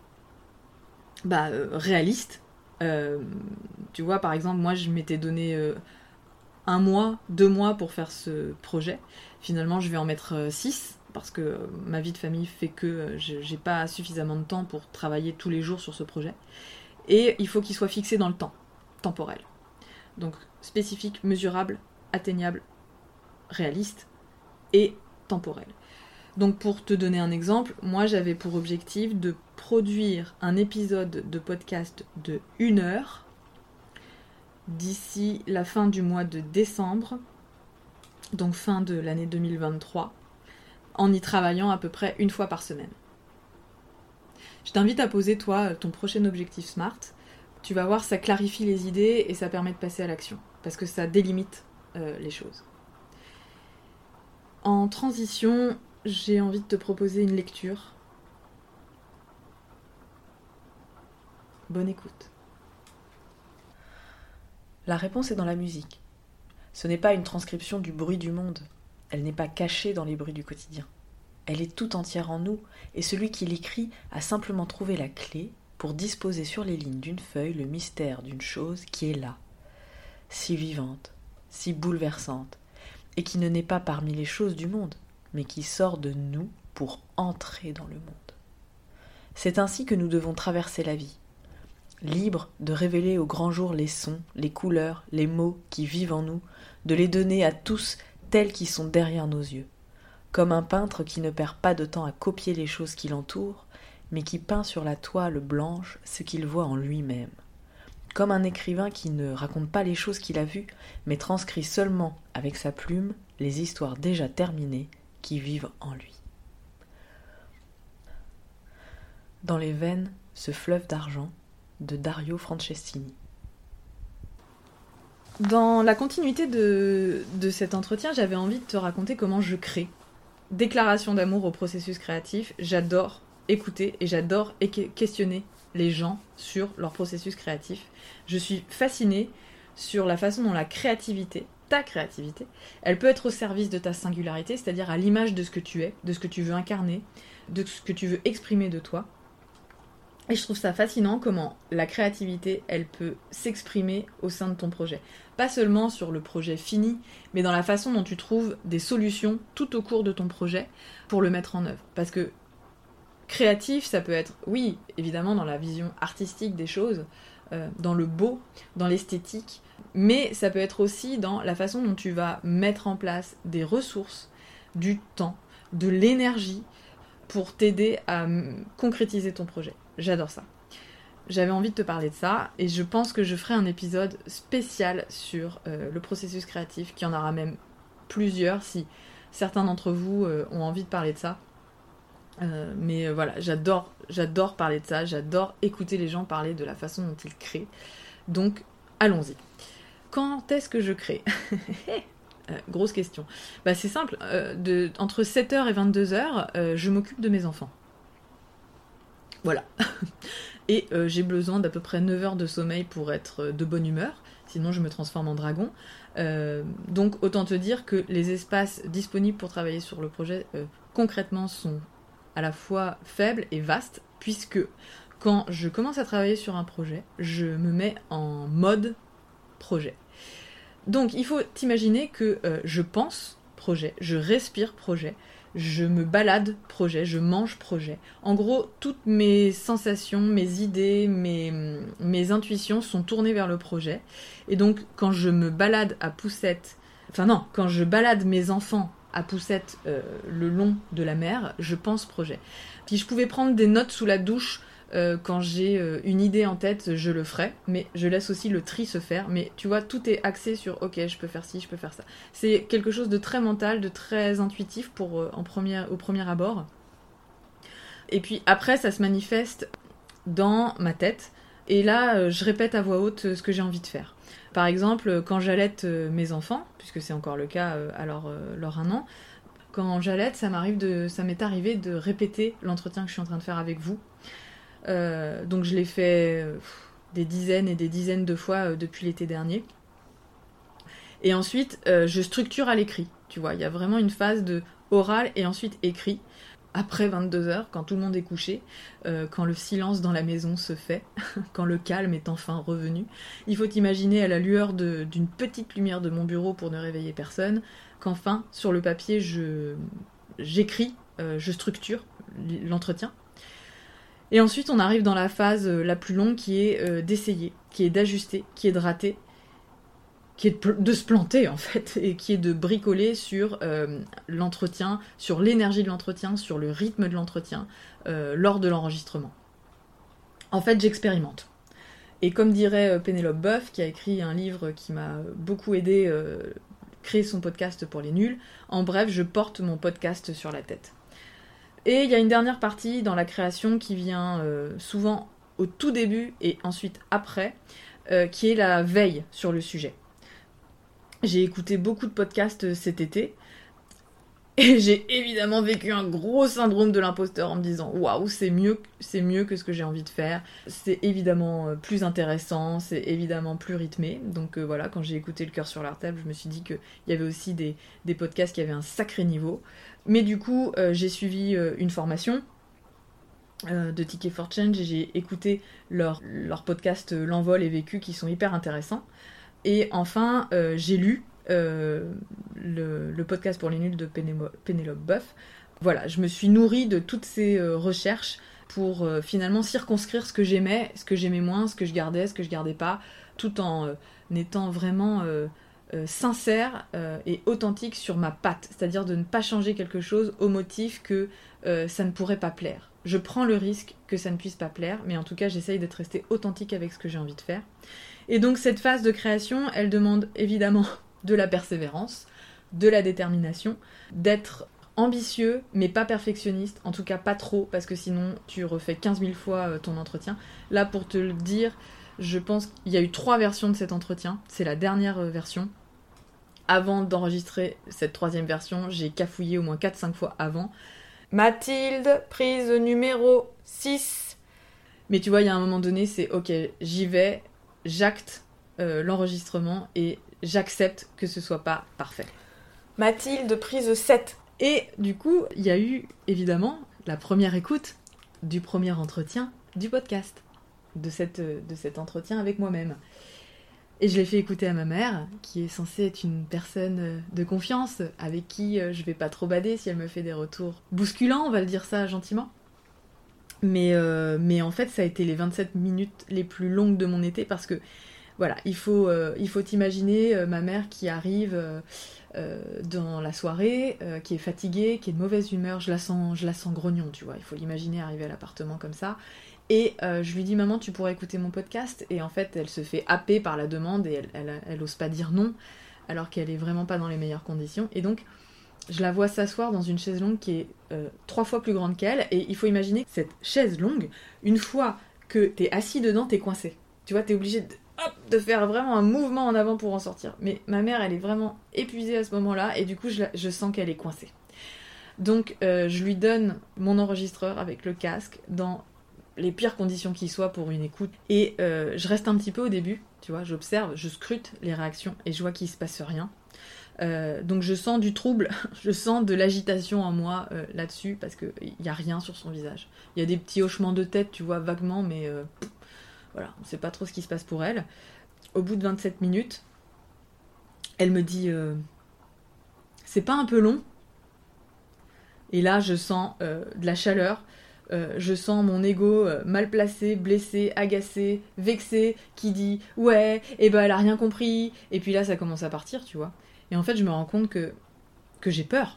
bah, euh, réaliste. Euh, tu vois, par exemple, moi, je m'étais donné euh, un mois, deux mois pour faire ce projet. Finalement, je vais en mettre euh, six, parce que euh, ma vie de famille fait que euh, j'ai pas suffisamment de temps pour travailler tous les jours sur ce projet. Et il faut qu'il soit fixé dans le temps, temporel. Donc spécifique, mesurable, atteignable, réaliste et temporel. Donc pour te donner un exemple, moi j'avais pour objectif de produire un épisode de podcast de une heure d'ici la fin du mois de décembre, donc fin de l'année deux mille vingt-trois, en y travaillant à peu près une fois par semaine. Je t'invite à poser toi ton prochain objectif SMART. Tu vas voir, ça clarifie les idées et ça permet de passer à l'action, parce que ça délimite euh, les choses. En transition, j'ai envie de te proposer une lecture. Bonne écoute. La réponse est dans la musique. Ce n'est pas une transcription du bruit du monde. Elle n'est pas cachée dans les bruits du quotidien. Elle est tout entière en nous, et celui qui l'écrit a simplement trouvé la clé pour disposer sur les lignes d'une feuille le mystère d'une chose qui est là, si vivante, si bouleversante, et qui ne naît pas parmi les choses du monde, mais qui sort de nous pour entrer dans le monde. C'est ainsi que nous devons traverser la vie, libres de révéler au grand jour les sons, les couleurs, les mots qui vivent en nous, de les donner à tous tels qu'ils sont derrière nos yeux, comme un peintre qui ne perd pas de temps à copier les choses qui l'entourent, mais qui peint sur la toile blanche ce qu'il voit en lui-même, comme un écrivain qui ne raconte pas les choses qu'il a vues, mais transcrit seulement avec sa plume les histoires déjà terminées qui vivent en lui. Dans les veines, ce fleuve d'argent de Dario Franceschini. Dans la continuité de, de cet entretien, j'avais envie de te raconter comment je crée. Déclaration d'amour au processus créatif, j'adore écouter et j'adore questionner les gens sur leur processus créatif. Je suis fascinée sur la façon dont la créativité, ta créativité, elle peut être au service de ta singularité, c'est-à-dire à l'image de ce que tu es, de ce que tu veux incarner, de ce que tu veux exprimer de toi. Et je trouve ça fascinant comment la créativité, elle peut s'exprimer au sein de ton projet. Pas seulement sur le projet fini, mais dans la façon dont tu trouves des solutions tout au cours de ton projet pour le mettre en œuvre. Parce que créatif, ça peut être, oui, évidemment, dans la vision artistique des choses, euh, dans le beau, dans l'esthétique, mais ça peut être aussi dans la façon dont tu vas mettre en place des ressources, du temps, de l'énergie pour t'aider à m- concrétiser ton projet. J'adore ça. J'avais envie de te parler de ça et je pense que je ferai un épisode spécial sur euh, le processus créatif, qu'il y en aura même plusieurs si certains d'entre vous euh, ont envie de parler de ça. Euh, mais euh, voilà, j'adore, j'adore parler de ça, j'adore écouter les gens parler de la façon dont ils créent. Donc, allons-y. Quand est-ce que je crée ? euh, Grosse question. Bah, c'est simple, euh, de, entre sept heures et vingt-deux heures, euh, je m'occupe de mes enfants. Voilà. Et euh, j'ai besoin d'à peu près neuf heures de sommeil pour être de bonne humeur, sinon je me transforme en dragon. Euh, donc autant te dire que les espaces disponibles pour travailler sur le projet euh, concrètement sont à la fois faibles et vastes, puisque quand je commence à travailler sur un projet, je me mets en mode projet. Donc il faut t'imaginer que euh, je pense projet, je respire projet, je me balade projet, je mange projet. En gros, toutes mes sensations, mes idées, mes, mes intuitions sont tournées vers le projet. Et donc, quand je me balade à poussette, enfin non, quand je balade mes enfants à poussette euh, le long de la mer, je pense projet. Si je pouvais prendre des notes sous la douche euh, quand j'ai euh, une idée en tête, je le ferais, mais je laisse aussi le tri se faire. Mais tu vois, tout est axé sur ok, je peux faire ci, je peux faire ça. C'est quelque chose de très mental, de très intuitif pour, euh, en première, au premier abord. Et puis après, ça se manifeste dans ma tête. Et là, euh, je répète à voix haute euh, ce que j'ai envie de faire. Par exemple, quand j'allaite euh, mes enfants, puisque c'est encore le cas euh, à leur, euh, leur un an, quand j'allaite, ça m'arrive de, ça m'est arrivé de répéter l'entretien que je suis en train de faire avec vous. Euh, donc je l'ai fait euh, des dizaines et des dizaines de fois euh, depuis l'été dernier. Et ensuite, euh, je structure à l'écrit. Tu vois, il y a vraiment une phase de oral et ensuite écrit. Après vingt-deux heures, quand tout le monde est couché, euh, quand le silence dans la maison se fait, quand le calme est enfin revenu, il faut imaginer à la lueur de, d'une petite lumière de mon bureau pour ne réveiller personne, qu'enfin, sur le papier, je, j'écris, euh, je structure l'entretien. Et ensuite, on arrive dans la phase la plus longue qui est euh, d'essayer, qui est d'ajuster, qui est de rater, qui est de se planter en fait, et qui est de bricoler sur euh, l'entretien, sur l'énergie de l'entretien, sur le rythme de l'entretien, euh, lors de l'enregistrement. En fait, j'expérimente. Et comme dirait euh, Pénélope Boeuf, qui a écrit un livre qui m'a beaucoup aidé à euh, créer son podcast pour les nuls, en bref, je porte mon podcast sur la tête. Et il y a une dernière partie dans la création qui vient euh, souvent au tout début et ensuite après, euh, qui est la veille sur le sujet. J'ai écouté beaucoup de podcasts cet été et j'ai évidemment vécu un gros syndrome de l'imposteur en me disant « Waouh, c'est mieux, c'est mieux que ce que j'ai envie de faire, c'est évidemment plus intéressant, c'est évidemment plus rythmé. » Donc euh, voilà, quand j'ai écouté Le cœur sur la table, je me suis dit qu'il y avait aussi des, des podcasts qui avaient un sacré niveau. Mais du coup, euh, j'ai suivi euh, une formation euh, de Ticket for Change et j'ai écouté leurs leur podcasts euh, L'Envol et Vécu qui sont hyper intéressants. Et enfin, euh, j'ai lu euh, le, le podcast pour les nuls de Pénémo- Pénélope Boeuf. Voilà, je me suis nourrie de toutes ces euh, recherches pour euh, finalement circonscrire ce que j'aimais, ce que j'aimais moins, ce que je gardais, ce que je gardais pas, tout en euh, étant vraiment euh, euh, sincère euh, et authentique sur ma patte. C'est-à-dire de ne pas changer quelque chose au motif que euh, ça ne pourrait pas plaire. Je prends le risque que ça ne puisse pas plaire, mais en tout cas, j'essaye d'être restée authentique avec ce que j'ai envie de faire. Et donc cette phase de création, elle demande évidemment de la persévérance, de la détermination, d'être ambitieux mais pas perfectionniste, en tout cas pas trop, parce que sinon tu refais quinze mille fois ton entretien. Là, pour te le dire, je pense qu'il y a eu trois versions de cet entretien, c'est la dernière version. Avant d'enregistrer cette troisième version, j'ai cafouillé au moins quatre cinq fois avant. Mathilde, prise numéro six. Mais tu vois, il y a un moment donné, c'est ok, j'y vais, j'acte euh, l'enregistrement et j'accepte que ce soit pas parfait. Mathilde, prise sept. Et du coup, il y a eu évidemment la première écoute du premier entretien du podcast, de, cette, de cet entretien avec moi-même. Et je l'ai fait écouter à ma mère, qui est censée être une personne de confiance, avec qui je vais pas trop bader si elle me fait des retours bousculants, on va le dire ça gentiment. Mais, euh, mais en fait, ça a été les vingt-sept minutes les plus longues de mon été, parce que, voilà, il faut, euh, il faut imaginer euh, ma mère qui arrive euh, euh, dans la soirée, euh, qui est fatiguée, qui est de mauvaise humeur, je la sens, je la sens grognon, tu vois, il faut l'imaginer arriver à l'appartement comme ça. Et euh, je lui dis, maman, tu pourrais écouter mon podcast? Et en fait, elle se fait happer par la demande et elle, elle, elle ose pas dire non, alors qu'elle est vraiment pas dans les meilleures conditions. Et donc, je la vois s'asseoir dans une chaise longue qui est euh, trois fois plus grande qu'elle. Et il faut imaginer cette chaise longue, une fois que t'es assis dedans, t'es coincé. Tu vois, t'es obligé de, hop, de faire vraiment un mouvement en avant pour en sortir. Mais ma mère, elle est vraiment épuisée à ce moment-là, et du coup, je, la, je sens qu'elle est coincée. Donc, euh, je lui donne mon enregistreur avec le casque dans les pires conditions qui soient pour une écoute. Et euh, je reste un petit peu au début, tu vois, j'observe, je scrute les réactions et je vois qu'il se passe rien. Euh, donc je sens du trouble, je sens de l'agitation en moi euh, là-dessus, parce qu'il n'y a rien sur son visage. Il y a des petits hochements de tête, tu vois, vaguement, mais euh, pff, voilà, on ne sait pas trop ce qui se passe pour elle. Au bout de vingt-sept minutes, elle me dit euh, « C'est pas un peu long ?» Et là, je sens euh, de la chaleur. Euh, je sens mon ego euh, mal placé, blessé, agacé, vexé, qui dit « Ouais, et ben elle a rien compris !» Et puis là, ça commence à partir, tu vois. Et en fait, je me rends compte que, que j'ai peur.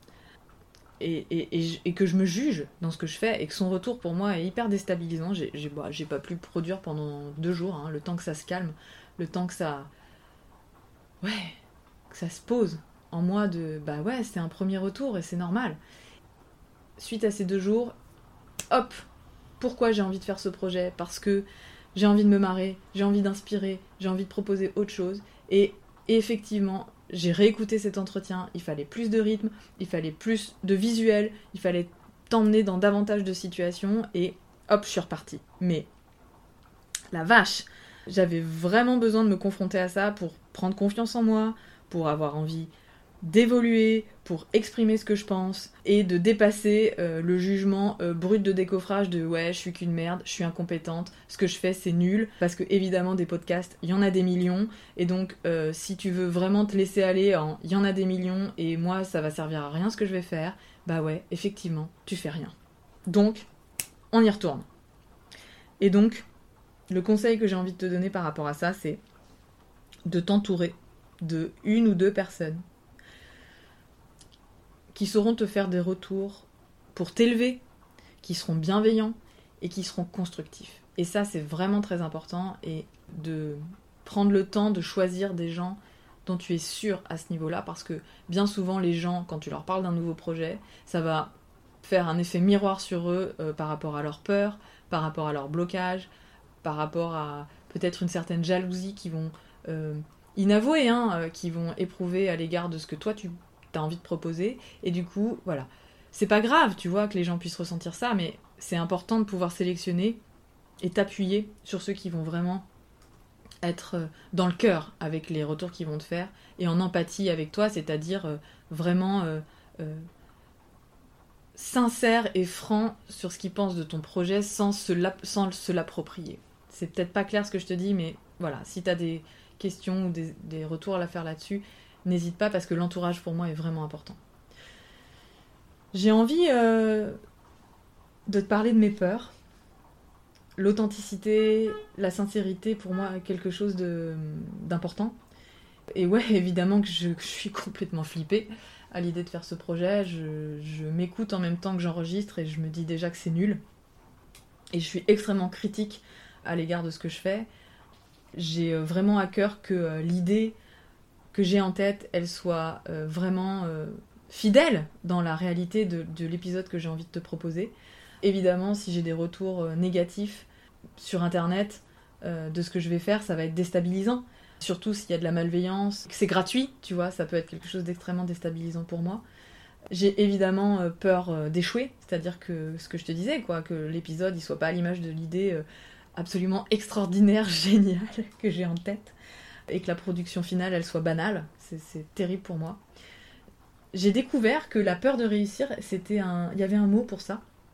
Et, et, et, et que je me juge dans ce que je fais, et que son retour, pour moi, est hyper déstabilisant. J'ai, j'ai, bah, j'ai pas pu produire pendant deux jours, hein, le temps que ça se calme, le temps que ça... Ouais, que ça se pose en moi de... Bah ouais, c'est un premier retour, et c'est normal. Suite à ces deux jours... Hop, pourquoi j'ai envie de faire ce projet? Parce que j'ai envie de me marrer, j'ai envie d'inspirer, j'ai envie de proposer autre chose. Et, et effectivement, j'ai réécouté cet entretien, il fallait plus de rythme, il fallait plus de visuel, il fallait t'emmener dans davantage de situations, et hop, je suis repartie. Mais la vache, j'avais vraiment besoin de me confronter à ça pour prendre confiance en moi, pour avoir envie d'évoluer, pour exprimer ce que je pense, et de dépasser euh, le jugement euh, brut de décoffrage de « ouais, je suis qu'une merde, je suis incompétente, ce que je fais c'est nul », parce que évidemment des podcasts, il y en a des millions, et donc euh, si tu veux vraiment te laisser aller en « il y en a des millions, et moi ça va servir à rien ce que je vais faire », bah ouais, effectivement, tu fais rien. Donc, on y retourne. Et donc, le conseil que j'ai envie de te donner par rapport à ça, c'est de t'entourer de une ou deux personnes qui sauront te faire des retours pour t'élever, qui seront bienveillants et qui seront constructifs. Et ça, c'est vraiment très important, et de prendre le temps de choisir des gens dont tu es sûr à ce niveau-là, parce que bien souvent, les gens, quand tu leur parles d'un nouveau projet, ça va faire un effet miroir sur eux euh, par rapport à leur peur, par rapport à leur blocage, par rapport à peut-être une certaine jalousie qu'ils vont euh, inavouer, hein, euh, qu'ils vont éprouver à l'égard de ce que toi, tu t'as envie de proposer, et du coup, voilà. C'est pas grave, tu vois, que les gens puissent ressentir ça, mais c'est important de pouvoir sélectionner et t'appuyer sur ceux qui vont vraiment être dans le cœur avec les retours qu'ils vont te faire, et en empathie avec toi, c'est-à-dire euh, vraiment euh, euh, sincère et franc sur ce qu'ils pensent de ton projet sans se, l'ap- sans se l'approprier. C'est peut-être pas clair ce que je te dis, mais voilà, si t'as des questions ou des, des retours à faire là-dessus, n'hésite pas, parce que l'entourage pour moi est vraiment important. J'ai envie euh, de te parler de mes peurs. L'authenticité, la sincérité, pour moi, est quelque chose de, d'important. Et ouais, évidemment que je, que je suis complètement flippée à l'idée de faire ce projet. Je, je m'écoute en même temps que j'enregistre, et je me dis déjà que c'est nul. Et je suis extrêmement critique à l'égard de ce que je fais. J'ai vraiment à cœur que euh, l'idée que j'ai en tête, elle soit euh, vraiment euh, fidèle dans la réalité de, de l'épisode que j'ai envie de te proposer. Évidemment, si j'ai des retours euh, négatifs sur Internet euh, de ce que je vais faire, ça va être déstabilisant. Surtout s'il y a de la malveillance, que c'est gratuit, tu vois, ça peut être quelque chose d'extrêmement déstabilisant pour moi. J'ai évidemment euh, peur euh, d'échouer, c'est-à-dire que ce que je te disais, quoi, que l'épisode il soit pas à l'image de l'idée euh, absolument extraordinaire, géniale que j'ai en tête, et que la production finale, elle soit banale. C'est, c'est terrible pour moi. J'ai découvert que la peur de réussir, c'était un... il y avait un mot pour ça.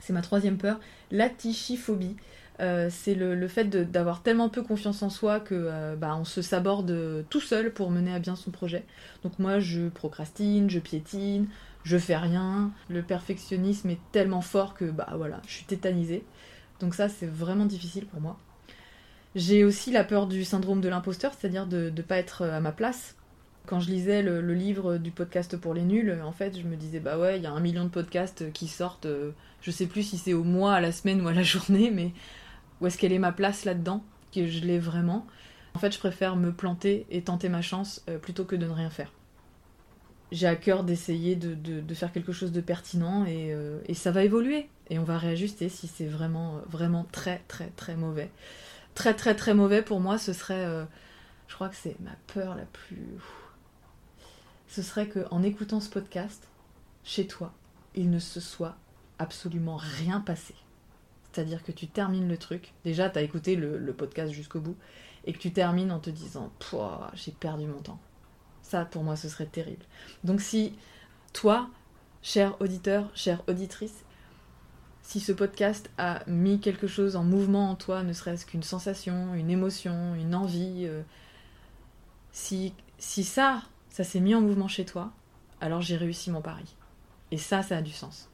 C'est ma troisième peur, l'atychiphobie. Euh, c'est le, le fait de, d'avoir tellement peu confiance en soi que euh, bah, on se saborde tout seul pour mener à bien son projet. Donc moi, je procrastine, je piétine, je fais rien. Le perfectionnisme est tellement fort que bah voilà, je suis tétanisée. Donc ça, c'est vraiment difficile pour moi. J'ai aussi la peur du syndrome de l'imposteur, c'est-à-dire de ne pas être à ma place. Quand je lisais le, le livre du podcast pour les nuls, en fait, je me disais, bah ouais, il y a un million de podcasts qui sortent, euh, je sais plus si c'est au mois, à la semaine ou à la journée, mais où est-ce qu'elle est ma place là-dedans, que je l'ai vraiment. En fait, je préfère me planter et tenter ma chance euh, plutôt que de ne rien faire. J'ai à cœur d'essayer de, de, de faire quelque chose de pertinent et, euh, et ça va évoluer. Et on va réajuster si c'est vraiment, vraiment très, très, très mauvais. Très, très, très mauvais pour moi, ce serait... Euh, je crois que c'est ma peur la plus... Ce serait qu'en écoutant ce podcast, chez toi, il ne se soit absolument rien passé. C'est-à-dire que tu termines le truc, déjà t'as écouté le, le podcast jusqu'au bout, et que tu termines en te disant « Pouah, j'ai perdu mon temps ». Ça, pour moi, ce serait terrible. Donc si toi, cher auditeur, chère auditrice, si ce podcast a mis quelque chose en mouvement en toi, ne serait-ce qu'une sensation, une émotion, une envie, euh, si, si ça... ça s'est mis en mouvement chez toi, alors j'ai réussi mon pari. Et ça, ça a du sens.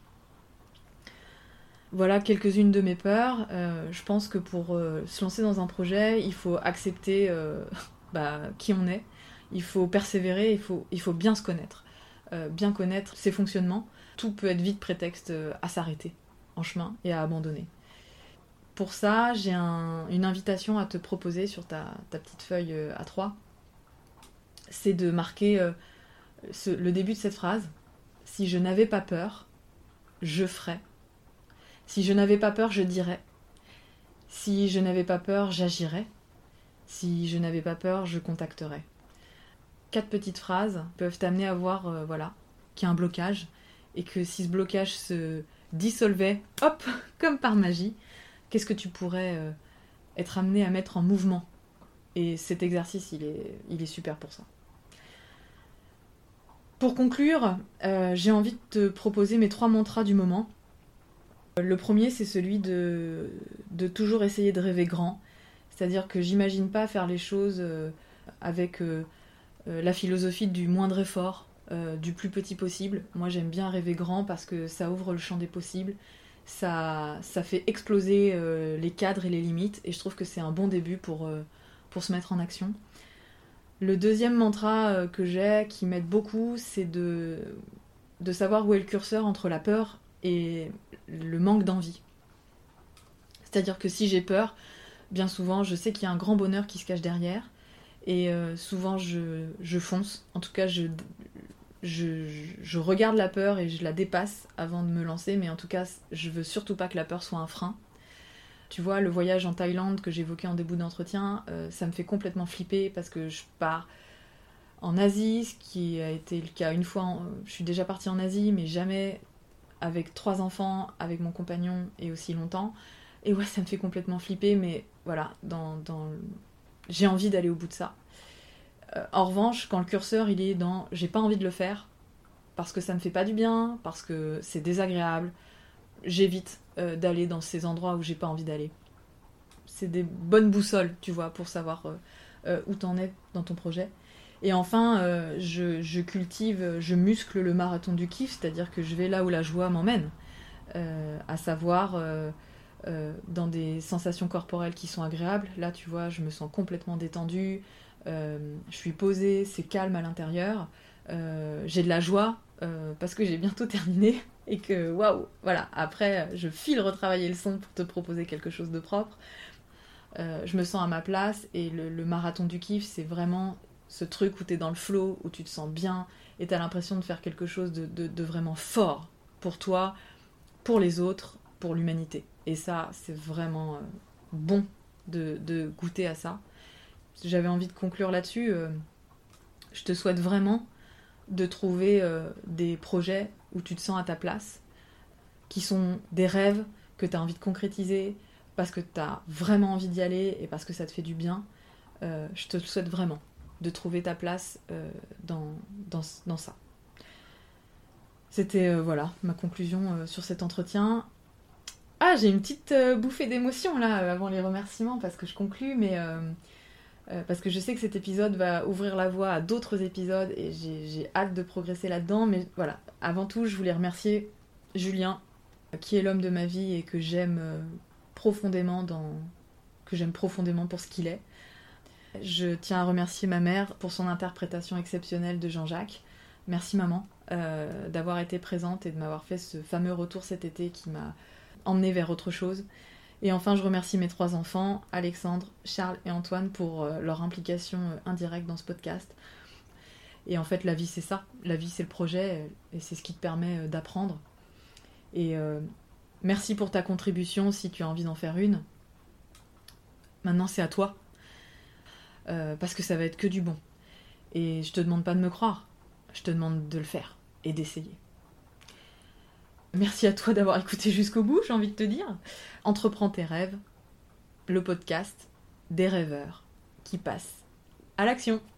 Voilà quelques-unes de mes peurs. Euh, je pense que pour euh, se lancer dans un projet, il faut accepter euh, bah, qui on est, il faut persévérer, il faut, il faut bien se connaître, euh, bien connaître ses fonctionnements. Tout peut être vite prétexte à s'arrêter en chemin et à abandonner. Pour ça, j'ai un, une invitation à te proposer sur ta, ta petite feuille A trois. C'est de marquer euh, ce, le début de cette phrase. Si je n'avais pas peur, je ferais. Si je n'avais pas peur, je dirais. Si je n'avais pas peur, j'agirais. Si je n'avais pas peur, je contacterais. Quatre petites phrases peuvent t'amener à voir euh, voilà, qu'il y a un blocage et que si ce blocage se dissolvait, hop, comme par magie, qu'est-ce que tu pourrais euh, être amené à mettre en mouvement? Et cet exercice, il est, il est super pour ça. Pour conclure, euh, j'ai envie de te proposer mes trois mantras du moment. Le premier, c'est celui de, de toujours essayer de rêver grand. C'est-à-dire que j'imagine pas faire les choses euh, avec euh, euh, la philosophie du moindre effort, euh, du plus petit possible. Moi, j'aime bien rêver grand parce que ça ouvre le champ des possibles. Ça, ça fait exploser euh, les cadres et les limites. Et je trouve que c'est un bon début pour... Euh, pour se mettre en action. Le deuxième mantra que j'ai, qui m'aide beaucoup, c'est de, de savoir où est le curseur entre la peur et le manque d'envie. C'est-à-dire que si j'ai peur, bien souvent, je sais qu'il y a un grand bonheur qui se cache derrière, et euh, souvent je, je fonce. En tout cas, je, je, je regarde la peur et je la dépasse avant de me lancer, mais en tout cas, je veux surtout pas que la peur soit un frein. Tu vois, le voyage en Thaïlande que j'évoquais en début d'entretien, euh, ça me fait complètement flipper parce que je pars en Asie, ce qui a été le cas une fois. En... Je suis déjà partie en Asie, mais jamais avec trois enfants, avec mon compagnon et aussi longtemps. Et ouais, ça me fait complètement flipper, mais voilà, dans, dans... j'ai envie d'aller au bout de ça. Euh, en revanche, quand le curseur il est dans j'ai pas envie de le faire, parce que ça me fait pas du bien, parce que c'est désagréable, j'évite euh, d'aller dans ces endroits où j'ai pas envie d'aller. C'est des bonnes boussoles, tu vois, pour savoir euh, euh, où t'en es dans ton projet. Et enfin, euh, je, je cultive, je muscle le marathon du kiff, c'est-à-dire que je vais là où la joie m'emmène, euh, à savoir euh, euh, dans des sensations corporelles qui sont agréables. Là, tu vois, je me sens complètement détendue, euh, je suis posée, c'est calme à l'intérieur, euh, j'ai de la joie euh, parce que j'ai bientôt terminé. Et que, waouh, voilà, après, je file retravailler le son pour te proposer quelque chose de propre. Euh, je me sens à ma place, et le, le marathon du kiff, c'est vraiment ce truc où t'es dans le flow, où tu te sens bien, et t'as l'impression de faire quelque chose de, de, de vraiment fort pour toi, pour les autres, pour l'humanité. Et ça, c'est vraiment euh, bon de, de goûter à ça. J'avais envie de conclure là-dessus. Euh, je te souhaite vraiment de trouver euh, des projets où tu te sens à ta place, qui sont des rêves que tu as envie de concrétiser, parce que tu as vraiment envie d'y aller et parce que ça te fait du bien. Euh, je te souhaite vraiment de trouver ta place euh, dans, dans, dans ça. C'était euh, voilà ma conclusion euh, sur cet entretien. Ah, j'ai une petite euh, bouffée d'émotion là euh, avant les remerciements parce que je conclus, mais euh, euh, parce que je sais que cet épisode va ouvrir la voie à d'autres épisodes et j'ai, j'ai hâte de progresser là-dedans. Mais voilà, avant tout, je voulais remercier Julien, qui est l'homme de ma vie et que j'aime euh, profondément dans, que j'aime profondément pour ce qu'il est. Je tiens à remercier ma mère pour son interprétation exceptionnelle de Jean-Jacques. Merci maman euh, d'avoir été présente et de m'avoir fait ce fameux retour cet été qui m'a emmenée vers autre chose. Et enfin, je remercie mes trois enfants, Alexandre, Charles et Antoine, pour euh, leur implication euh, indirecte dans ce podcast. Et en fait, la vie, c'est ça. La vie, c'est le projet et c'est ce qui te permet euh, d'apprendre. Et euh, merci pour ta contribution si tu as envie d'en faire une. Maintenant, c'est à toi. Euh, parce que ça va être que du bon. Et je te demande pas de me croire. Je te demande de le faire et d'essayer. Merci à toi d'avoir écouté jusqu'au bout, j'ai envie de te dire. Entreprends tes rêves, le podcast des rêveurs qui passent à l'action.